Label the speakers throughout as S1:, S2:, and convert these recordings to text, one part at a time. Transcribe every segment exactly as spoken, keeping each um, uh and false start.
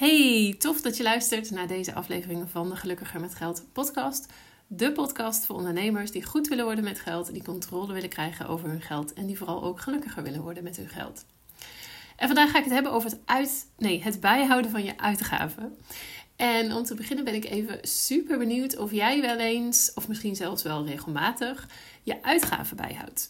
S1: Hey, tof dat je luistert naar deze aflevering van de Gelukkiger met Geld podcast. De podcast voor ondernemers die goed willen worden met geld, die controle willen krijgen over hun geld en die vooral ook gelukkiger willen worden met hun geld. En vandaag ga ik het hebben over het, uit, nee, het bijhouden van je uitgaven. En om te beginnen ben ik even super benieuwd of jij wel eens, of misschien zelfs wel regelmatig, je uitgaven bijhoudt.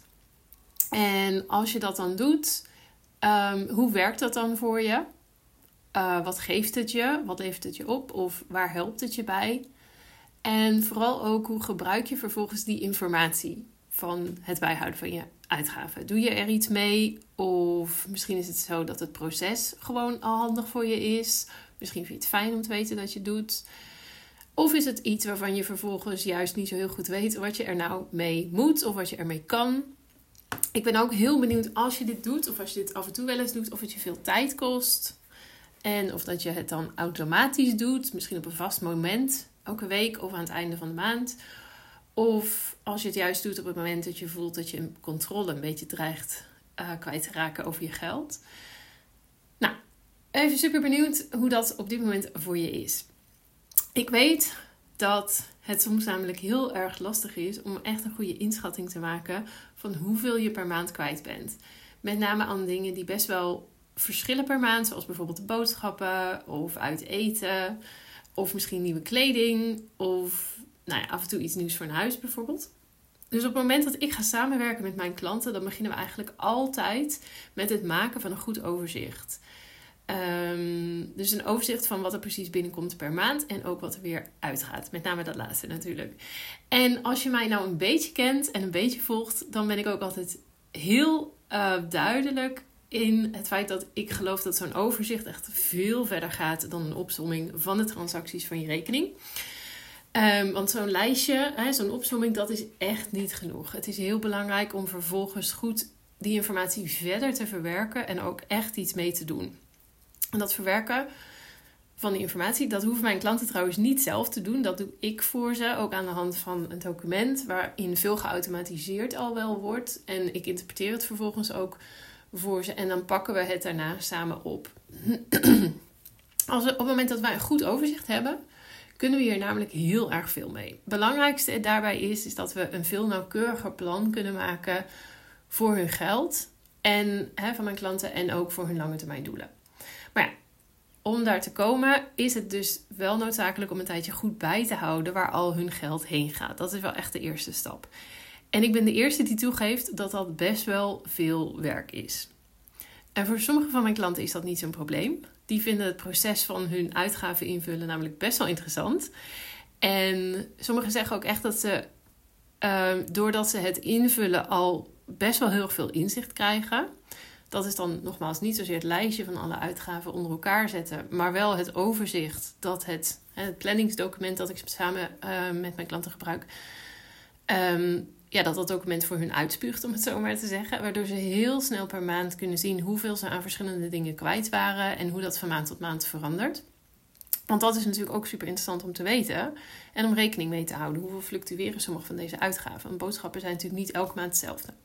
S1: En als je dat dan doet, um, hoe werkt dat dan voor je? Uh, wat geeft het je? Wat levert het je op? Of waar helpt het je bij? En vooral ook, hoe gebruik je vervolgens die informatie van het bijhouden van je uitgaven? Doe je er iets mee? Of misschien is het zo dat het proces gewoon al handig voor je is. Misschien vind je het fijn om te weten dat je het doet. Of is het iets waarvan je vervolgens juist niet zo heel goed weet wat je er nou mee moet of wat je ermee kan? Ik ben ook heel benieuwd als je dit doet of als je dit af en toe wel eens doet, of het je veel tijd kost. En of dat je het dan automatisch doet, misschien op een vast moment, elke week of aan het einde van de maand. Of als je het juist doet op het moment dat je voelt dat je controle een beetje dreigt uh, kwijt te raken over je geld. Nou, even super benieuwd hoe dat op dit moment voor je is. Ik weet dat het soms namelijk heel erg lastig is om echt een goede inschatting te maken van hoeveel je per maand kwijt bent. Met name aan dingen die best wel verschillen per maand, zoals bijvoorbeeld de boodschappen of uit eten of misschien nieuwe kleding of nou ja, af en toe iets nieuws voor een huis bijvoorbeeld. Dus op het moment dat ik ga samenwerken met mijn klanten, dan beginnen we eigenlijk altijd met het maken van een goed overzicht. Um, dus een overzicht van wat er precies binnenkomt per maand en ook wat er weer uitgaat. Met name dat laatste natuurlijk. En als je mij nou een beetje kent en een beetje volgt, dan ben ik ook altijd heel uh, duidelijk in het feit dat ik geloof dat zo'n overzicht echt veel verder gaat dan een opsomming van de transacties van je rekening. Um, want zo'n lijstje, hè, zo'n opsomming, dat is echt niet genoeg. Het is heel belangrijk om vervolgens goed die informatie verder te verwerken en ook echt iets mee te doen. En dat verwerken van die informatie, dat hoeven mijn klanten trouwens niet zelf te doen. Dat doe ik voor ze, ook aan de hand van een document waarin veel geautomatiseerd al wel wordt. En ik interpreteer het vervolgens ook voor ze en dan pakken we het daarna samen op. Als we, op het moment dat wij een goed overzicht hebben, kunnen we hier namelijk heel erg veel mee. Het belangrijkste daarbij is, is dat we een veel nauwkeuriger plan kunnen maken voor hun geld en hè, van mijn klanten en ook voor hun lange termijn doelen. Maar ja, om daar te komen is het dus wel noodzakelijk om een tijdje goed bij te houden waar al hun geld heen gaat. Dat is wel echt de eerste stap. En ik ben de eerste die toegeeft dat dat best wel veel werk is. En voor sommige van mijn klanten is dat niet zo'n probleem. Die vinden het proces van hun uitgaven invullen namelijk best wel interessant. En sommigen zeggen ook echt dat ze, uh, doordat ze het invullen al best wel heel erg veel inzicht krijgen. Dat is dan nogmaals niet zozeer het lijstje van alle uitgaven onder elkaar zetten, maar wel het overzicht, dat het, het planningsdocument dat ik samen uh, met mijn klanten gebruik, um, ja, dat dat document voor hun uitspuugt, om het zo maar te zeggen. Waardoor ze heel snel per maand kunnen zien hoeveel ze aan verschillende dingen kwijt waren en hoe dat van maand tot maand verandert. Want dat is natuurlijk ook super interessant om te weten en om rekening mee te houden. Hoeveel fluctueren sommige van deze uitgaven? Want boodschappen zijn natuurlijk niet elke maand hetzelfde.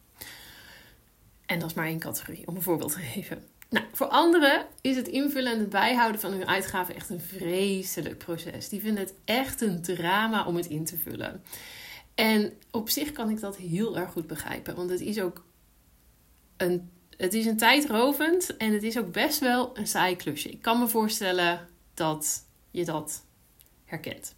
S1: En dat is maar één categorie, om een voorbeeld te geven. Nou, voor anderen is het invullen en het bijhouden van hun uitgaven echt een vreselijk proces. Die vinden het echt een drama om het in te vullen. En op zich kan ik dat heel erg goed begrijpen. Want het is ook een, het is een tijdrovend en het is ook best wel een saai klusje. Ik kan me voorstellen dat je dat herkent.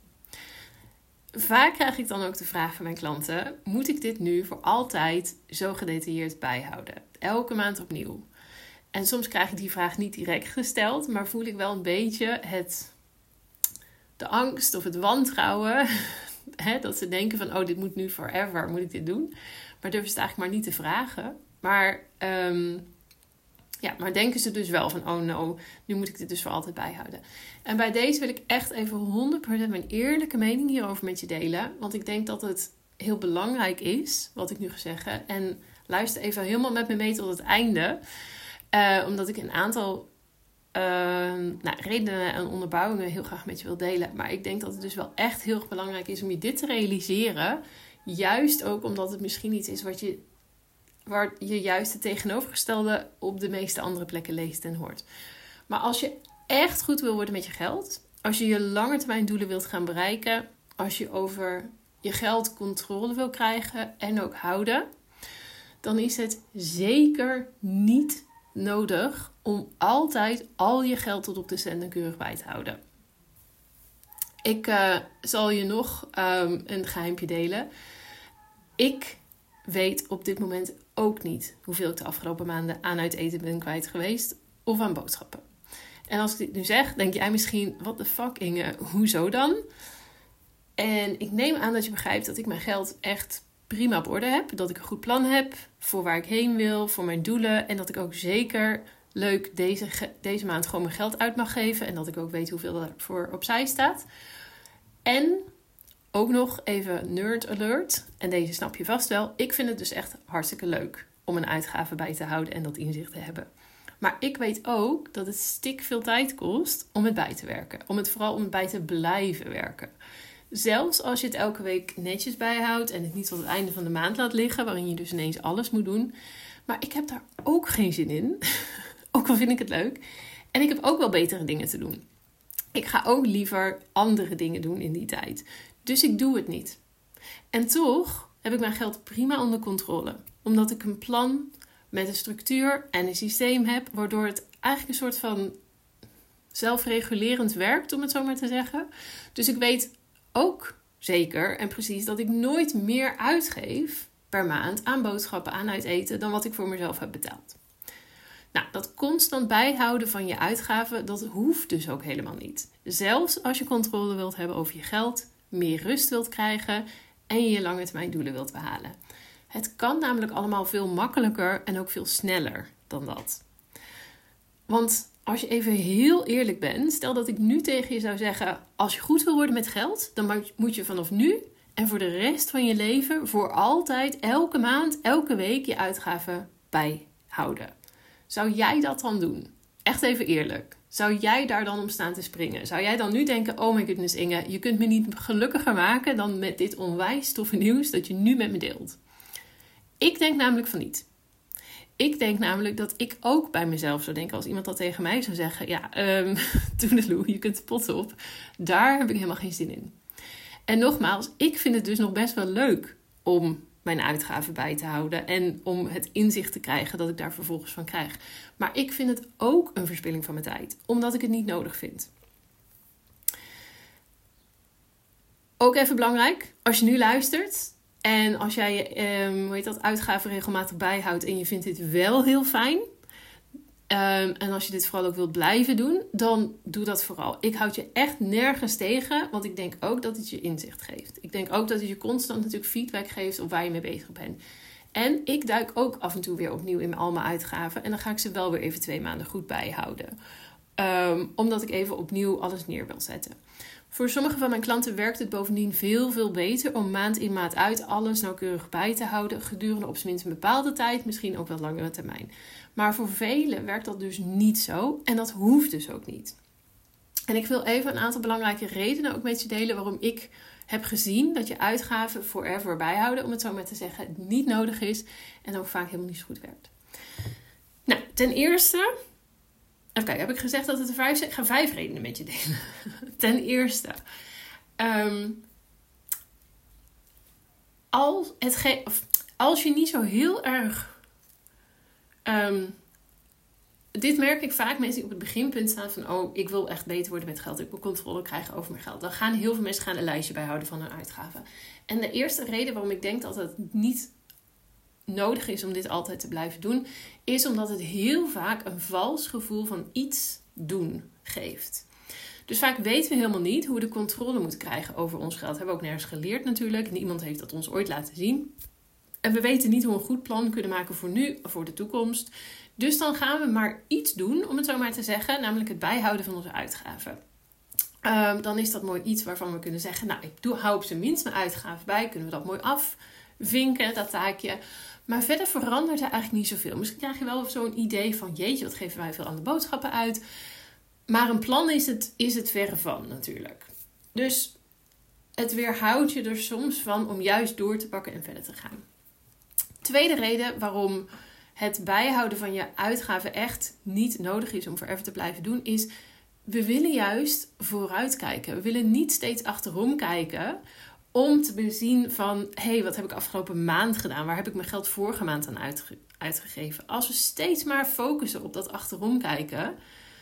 S1: Vaak krijg ik dan ook de vraag van mijn klanten: moet ik dit nu voor altijd zo gedetailleerd bijhouden? Elke maand opnieuw. En soms krijg ik die vraag niet direct gesteld, maar voel ik wel een beetje het, de angst of het wantrouwen. Hè, dat ze denken van, oh, dit moet nu forever, moet ik dit doen? Maar durven ze het eigenlijk maar niet te vragen. Maar, um, ja, maar denken ze dus wel van, oh no, nu moet ik dit dus voor altijd bijhouden. En bij deze wil ik echt even honderd procent mijn eerlijke mening hierover met je delen. Want ik denk dat het heel belangrijk is, wat ik nu ga zeggen. En luister even helemaal met me mee tot het einde. Uh, omdat ik een aantal Uh, nou, redenen en onderbouwingen heel graag met je wil delen. Maar ik denk dat het dus wel echt heel erg belangrijk is om je dit te realiseren. Juist ook omdat het misschien iets is wat je, waar je juist het tegenovergestelde op de meeste andere plekken leest en hoort. Maar als je echt goed wil worden met je geld, als je je langetermijn doelen wilt gaan bereiken, als je over je geld controle wil krijgen en ook houden, dan is het zeker niet nodig om altijd al je geld tot op de cent en keurig bij te houden. Ik uh, zal je nog um, een geheimpje delen. Ik weet op dit moment ook niet hoeveel ik de afgelopen maanden aan uit eten ben kwijt geweest of aan boodschappen. En als ik dit nu zeg, denk jij misschien, what the fuck Inge, hoezo dan? En ik neem aan dat je begrijpt dat ik mijn geld echt prima op orde heb. Dat ik een goed plan heb voor waar ik heen wil, voor mijn doelen. En dat ik ook zeker leuk deze, deze maand gewoon mijn geld uit mag geven. En dat ik ook weet hoeveel daarvoor opzij staat. En ook nog even nerd alert. En deze snap je vast wel. Ik vind het dus echt hartstikke leuk om een uitgave bij te houden en dat inzicht te hebben. Maar ik weet ook dat het stik veel tijd kost om het bij te werken. Om het vooral om het bij te blijven werken. Zelfs als je het elke week netjes bijhoudt en het niet tot het einde van de maand laat liggen, waarin je dus ineens alles moet doen. Maar ik heb daar ook geen zin in. Ook al vind ik het leuk. En ik heb ook wel betere dingen te doen. Ik ga ook liever andere dingen doen in die tijd. Dus ik doe het niet. En toch heb ik mijn geld prima onder controle. Omdat ik een plan met een structuur en een systeem heb, waardoor het eigenlijk een soort van zelfregulerend werkt, om het zo maar te zeggen. Dus ik weet ook zeker en precies dat ik nooit meer uitgeef per maand aan boodschappen, aan uit eten, dan wat ik voor mezelf heb betaald. Nou, dat constant bijhouden van je uitgaven, dat hoeft dus ook helemaal niet. Zelfs als je controle wilt hebben over je geld, meer rust wilt krijgen en je je lange termijn doelen wilt behalen. Het kan namelijk allemaal veel makkelijker en ook veel sneller dan dat. Want als je even heel eerlijk bent, stel dat ik nu tegen je zou zeggen, als je goed wil worden met geld, dan moet je vanaf nu en voor de rest van je leven voor altijd, elke maand, elke week je uitgaven bijhouden. Zou jij dat dan doen? Echt even eerlijk. Zou jij daar dan om staan te springen? Zou jij dan nu denken, oh my goodness Inge, je kunt me niet gelukkiger maken dan met dit onwijs toffe nieuws dat je nu met me deelt? Ik denk namelijk van niet. Ik denk namelijk dat ik ook bij mezelf zou denken, als iemand dat tegen mij zou zeggen, ja, um, toedeloe, je kunt de pot op. Daar heb ik helemaal geen zin in. En nogmaals, ik vind het dus nog best wel leuk om mijn uitgaven bij te houden en om het inzicht te krijgen dat ik daar vervolgens van krijg. Maar ik vind het ook een verspilling van mijn tijd, omdat ik het niet nodig vind. Ook even belangrijk, als je nu luistert en als jij je um, hoe heet dat, uitgaven regelmatig bijhoudt en je vindt dit wel heel fijn, Um, en als je dit vooral ook wilt blijven doen, dan doe dat vooral. Ik houd je echt nergens tegen, want ik denk ook dat het je inzicht geeft. Ik denk ook dat het je constant natuurlijk feedback geeft op waar je mee bezig bent. En ik duik ook af en toe weer opnieuw in al mijn uitgaven en dan ga ik ze wel weer even twee maanden goed bijhouden. Um, omdat ik even opnieuw alles neer wil zetten. Voor sommige van mijn klanten werkt het bovendien veel, veel beter om maand in maand uit alles nauwkeurig bij te houden. Gedurende op zijn minst een bepaalde tijd, misschien ook wel langere termijn. Maar voor velen werkt dat dus niet zo en dat hoeft dus ook niet. En ik wil even een aantal belangrijke redenen ook met je delen waarom ik heb gezien dat je uitgaven forever bijhouden, om het zo maar te zeggen, niet nodig is en ook vaak helemaal niet zo goed werkt. Nou, ten eerste, even kijken, heb ik gezegd dat het er vijf zijn? Ik ga vijf redenen met je delen. Ten eerste, um, als, het ge- of, als je niet zo heel erg... Um, dit merk ik vaak, mensen die op het beginpunt staan van, oh, ik wil echt beter worden met geld. Ik wil controle krijgen over mijn geld. Dan gaan heel veel mensen gaan een lijstje bijhouden van hun uitgaven. En de eerste reden waarom ik denk dat het niet nodig is om dit altijd te blijven doen, is omdat het heel vaak een vals gevoel van iets doen geeft. Dus vaak weten we helemaal niet hoe we de controle moeten krijgen over ons geld. Dat hebben we ook nergens geleerd natuurlijk. Niemand heeft dat ons ooit laten zien. En we weten niet hoe we een goed plan kunnen maken voor nu of voor de toekomst. Dus dan gaan we maar iets doen, om het zo maar te zeggen, namelijk het bijhouden van onze uitgaven. Um, dan is dat mooi iets waarvan we kunnen zeggen, nou, ik doe, hou op zijn minst mijn uitgaven bij. Kunnen we dat mooi afvinken, dat taakje. Maar verder verandert er eigenlijk niet zoveel. Misschien krijg je wel zo'n idee van, jeetje, wat geven wij veel aan de boodschappen uit. Maar een plan is het, is het verre van natuurlijk. Dus het weerhoudt je er soms van om juist door te pakken en verder te gaan. Tweede reden waarom het bijhouden van je uitgaven echt niet nodig is om forever te blijven doen, is we willen juist vooruitkijken. We willen niet steeds achterom kijken om te bezien van, hé, hey, wat heb ik afgelopen maand gedaan? Waar heb ik mijn geld vorige maand aan uitge- uitgegeven? Als we steeds maar focussen op dat achterom kijken,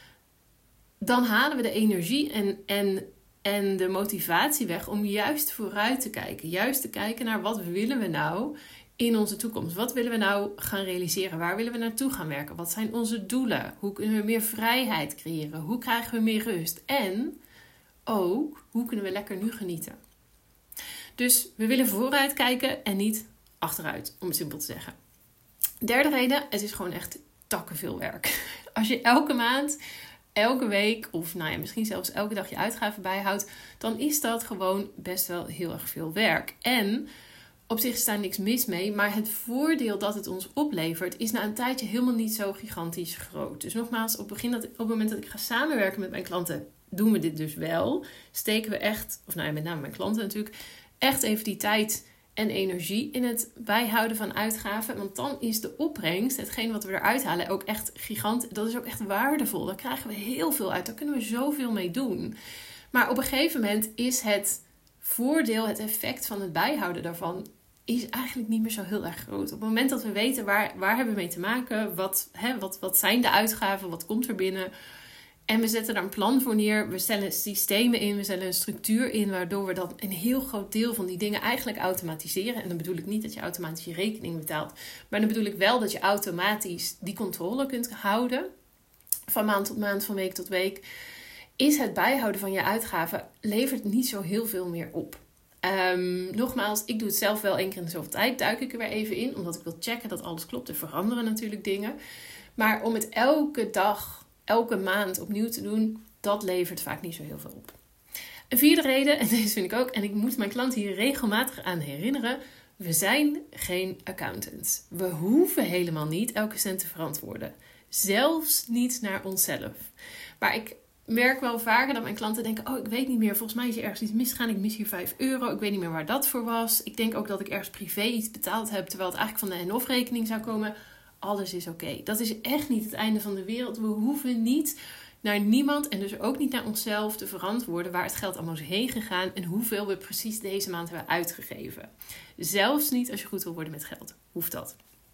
S1: dan halen we de energie en, en, en de motivatie weg om juist vooruit te kijken. Juist te kijken naar wat willen we nou in onze toekomst. Wat willen we nou gaan realiseren? Waar willen we naartoe gaan werken? Wat zijn onze doelen? Hoe kunnen we meer vrijheid creëren? Hoe krijgen we meer rust? En ook, hoe kunnen we lekker nu genieten? Dus we willen vooruit kijken en niet achteruit, om het simpel te zeggen. Derde reden, het is gewoon echt takkenveel werk. Als je elke maand, elke week of nou ja, misschien zelfs elke dag je uitgaven bijhoudt, dan is dat gewoon best wel heel erg veel werk. En op zich is daar niks mis mee, maar het voordeel dat het ons oplevert is na een tijdje helemaal niet zo gigantisch groot. Dus nogmaals, op het, begin dat, op het moment dat ik ga samenwerken met mijn klanten, doen we dit dus wel. Steken we echt, of nou ja, met name mijn klanten natuurlijk, echt even die tijd en energie in het bijhouden van uitgaven. Want dan is de opbrengst, hetgeen wat we eruit halen, ook echt gigantisch. Dat is ook echt waardevol. Daar krijgen we heel veel uit. Daar kunnen we zoveel mee doen. Maar op een gegeven moment is het voordeel, het effect van het bijhouden daarvan, is eigenlijk niet meer zo heel erg groot. Op het moment dat we weten waar, waar hebben we mee te maken, wat, hè, wat, wat zijn de uitgaven, wat komt er binnen, en we zetten daar een plan voor neer, we stellen systemen in, we stellen een structuur in, waardoor we dan een heel groot deel van die dingen eigenlijk automatiseren. En dan bedoel ik niet dat je automatisch je rekening betaalt, maar dan bedoel ik wel dat je automatisch die controle kunt houden, van maand tot maand, van week tot week. Is het bijhouden van je uitgaven, levert niet zo heel veel meer op. Um, nogmaals, ik doe het zelf wel één keer in de zoveel tijd, duik ik er weer even in, omdat ik wil checken dat alles klopt. Er veranderen natuurlijk dingen. Maar om het elke dag, elke maand opnieuw te doen, dat levert vaak niet zo heel veel op. Een vierde reden, en deze vind ik ook, en ik moet mijn klanten hier regelmatig aan herinneren, we zijn geen accountants. We hoeven helemaal niet elke cent te verantwoorden. Zelfs niet naar onszelf. Maar ik merk wel vaker dat mijn klanten denken, oh, ik weet niet meer, volgens mij is er ergens iets misgegaan, ik mis hier vijf euro, ik weet niet meer waar dat voor was. Ik denk ook dat ik ergens privé iets betaald heb, terwijl het eigenlijk van de N O F-rekening zou komen. Alles is oké. Okay. Dat is echt niet het einde van de wereld. We hoeven niet naar niemand en dus ook niet naar onszelf te verantwoorden waar het geld allemaal is heen gegaan en hoeveel we precies deze maand hebben uitgegeven. Zelfs niet als je goed wil worden met geld. Hoeft dat.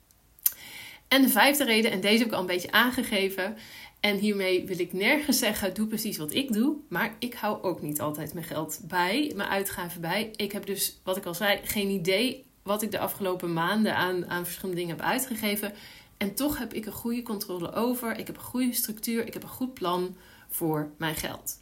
S1: En de vijfde reden, en deze heb ik al een beetje aangegeven, en hiermee wil ik nergens zeggen, doe precies wat ik doe, maar ik hou ook niet altijd mijn geld bij, mijn uitgaven bij. Ik heb dus, wat ik al zei, geen idee wat ik de afgelopen maanden aan, aan verschillende dingen heb uitgegeven. En toch heb ik een goede controle over. Ik heb een goede structuur. Ik heb een goed plan voor mijn geld.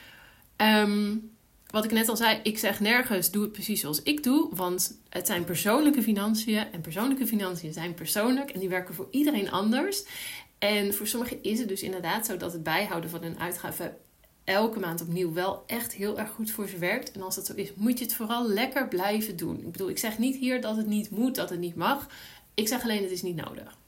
S1: Um, wat ik net al zei, ik zeg nergens, doe het precies zoals ik doe. Want het zijn persoonlijke financiën. En persoonlijke financiën zijn persoonlijk. En die werken voor iedereen anders. En voor sommigen is het dus inderdaad zo dat het bijhouden van hun uitgaven elke maand opnieuw wel echt heel erg goed voor ze werkt. En als dat zo is, moet je het vooral lekker blijven doen. Ik bedoel, ik zeg niet hier dat het niet moet, dat het niet mag. Ik zeg alleen, het is niet nodig.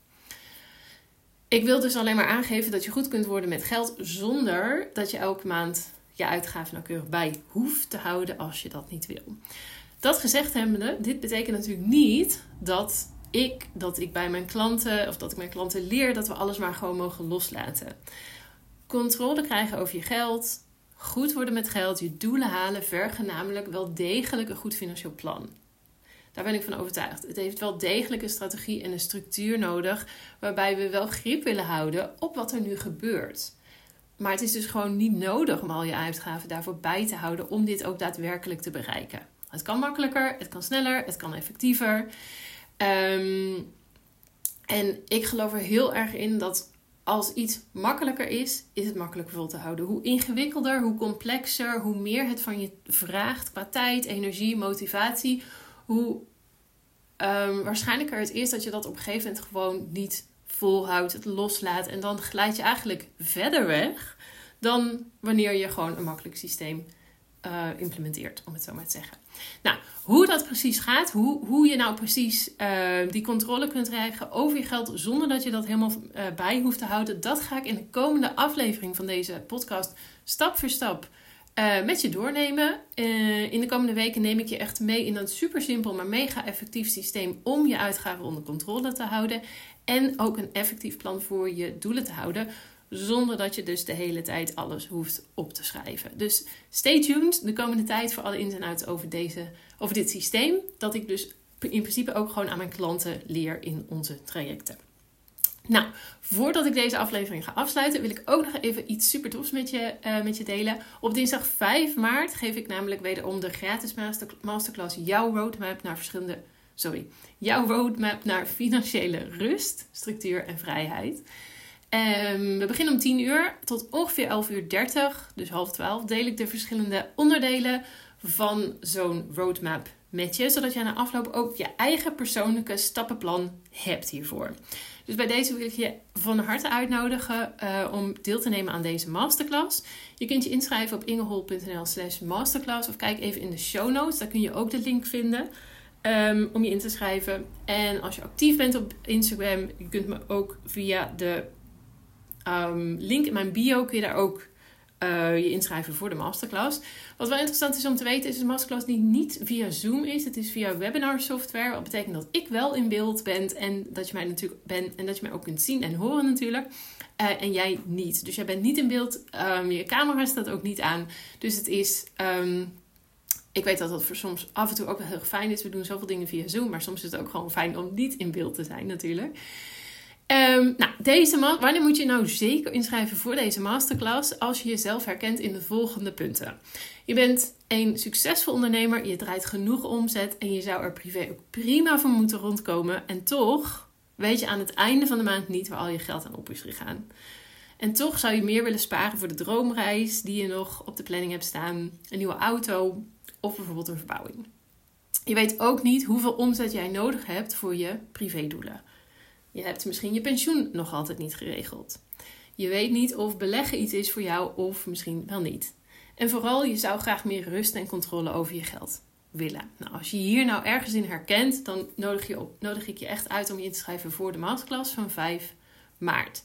S1: Ik wil dus alleen maar aangeven dat je goed kunt worden met geld zonder dat je elke maand je uitgaven nauwkeurig bij hoeft te houden als je dat niet wil. Dat gezegd hebbende, dit betekent natuurlijk niet dat ik, dat ik bij mijn klanten of dat ik mijn klanten leer dat we alles maar gewoon mogen loslaten. Controle krijgen over je geld, goed worden met geld, je doelen halen, vergen namelijk wel degelijk een goed financieel plan. Daar ben ik van overtuigd. Het heeft wel degelijk een strategie en een structuur nodig, waarbij we wel grip willen houden op wat er nu gebeurt. Maar het is dus gewoon niet nodig om al je uitgaven daarvoor bij te houden om dit ook daadwerkelijk te bereiken. Het kan makkelijker, het kan sneller, het kan effectiever. Um, en ik geloof er heel erg in dat als iets makkelijker is, is het makkelijker vol te houden. Hoe ingewikkelder, hoe complexer, hoe meer het van je vraagt qua tijd, energie, motivatie, hoe um, waarschijnlijker het is dat je dat op een gegeven moment gewoon niet volhoudt, het loslaat en dan glijd je eigenlijk verder weg dan wanneer je gewoon een makkelijk systeem uh, implementeert, om het zo maar te zeggen. Nou, hoe dat precies gaat, hoe, hoe je nou precies uh, die controle kunt krijgen over je geld zonder dat je dat helemaal uh, bij hoeft te houden, dat ga ik in de komende aflevering van deze podcast stap voor stap uh, met je doornemen. Uh, in de komende weken neem ik je echt mee in een super simpel, maar mega effectief systeem om je uitgaven onder controle te houden en ook een effectief plan voor je doelen te houden, zonder dat je dus de hele tijd alles hoeft op te schrijven. Dus stay tuned de komende tijd voor alle ins en outs over, deze, over dit systeem. Dat ik dus in principe ook gewoon aan mijn klanten leer in onze trajecten. Nou, voordat ik deze aflevering ga afsluiten, wil ik ook nog even iets super tofs met je, uh, met je delen. Op dinsdag vijf maart geef ik namelijk wederom de gratis master, masterclass Jouw Roadmap naar verschillende... Sorry, Jouw Roadmap naar financiële rust, structuur en vrijheid. Um, we beginnen om tien uur tot ongeveer elf uur dertig, dus half twaalf, deel ik de verschillende onderdelen van zo'n roadmap met je, zodat je aan de afloop ook je eigen persoonlijke stappenplan hebt hiervoor. Dus bij deze wil ik je van harte uitnodigen uh, om deel te nemen aan deze masterclass. Je kunt je inschrijven op ingehol.nl slash masterclass of kijk even in de show notes, daar kun je ook de link vinden um, om je in te schrijven. En als je actief bent op Instagram, je kunt me ook via de um, link in mijn bio, kun je daar ook Uh, je inschrijven voor de masterclass. Wat wel interessant is om te weten, is dat de masterclass die niet via Zoom is. Het is via webinar software. Wat betekent dat ik wel in beeld ben en dat je mij natuurlijk bent en dat je mij ook kunt zien en horen natuurlijk. Uh, en jij niet. Dus jij bent niet in beeld. Um, je camera staat ook niet aan. Dus het is... Um, ik weet dat dat voor soms af en toe ook wel heel fijn is. We doen zoveel dingen via Zoom, maar soms is het ook gewoon fijn om niet in beeld te zijn natuurlijk. Um, nou, deze ma- wanneer moet je nou zeker inschrijven voor deze masterclass? Als je jezelf herkent in de volgende punten. Je bent een succesvol ondernemer, je draait genoeg omzet en je zou er privé ook prima voor moeten rondkomen. En toch weet je aan het einde van de maand niet waar al je geld aan op is gegaan. En toch zou je meer willen sparen voor de droomreis die je nog op de planning hebt staan. Een nieuwe auto of bijvoorbeeld een verbouwing. Je weet ook niet hoeveel omzet jij nodig hebt voor je privédoelen. Je hebt misschien je pensioen nog altijd niet geregeld. Je weet niet of beleggen iets is voor jou of misschien wel niet. En vooral, je zou graag meer rust en controle over je geld willen. Nou, als je hier nou ergens in herkent, dan nodig, je op, nodig ik je echt uit om je in te schrijven voor de masterclass van vijf maart.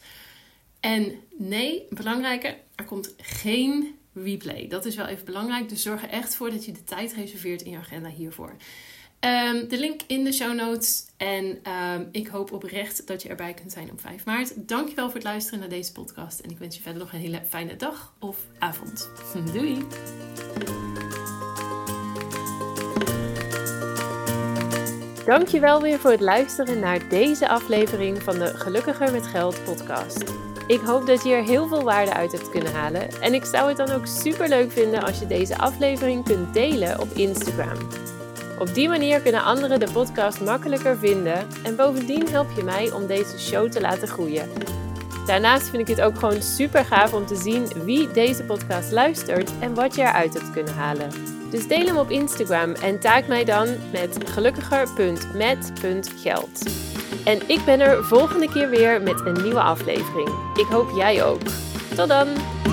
S1: En nee, belangrijker, er komt geen replay. Dat is wel even belangrijk, dus zorg er echt voor dat je de tijd reserveert in je agenda hiervoor. Um, de link in de show notes. En um, ik hoop oprecht dat je erbij kunt zijn op vijf maart. Dankjewel voor het luisteren naar deze podcast. En ik wens je verder nog een hele fijne dag of avond. Doei! Dankjewel weer voor het luisteren naar deze aflevering van de Gelukkiger met Geld podcast. Ik hoop dat je er heel veel waarde uit hebt kunnen halen. En ik zou het dan ook super leuk vinden als je deze aflevering kunt delen op Instagram. Op die manier kunnen anderen de podcast makkelijker vinden en bovendien help je mij om deze show te laten groeien. Daarnaast vind ik het ook gewoon super gaaf om te zien wie deze podcast luistert en wat je eruit hebt kunnen halen. Dus deel hem op Instagram en tag mij dan met gelukkiger punt met punt geld. En ik ben er volgende keer weer met een nieuwe aflevering. Ik hoop jij ook. Tot dan!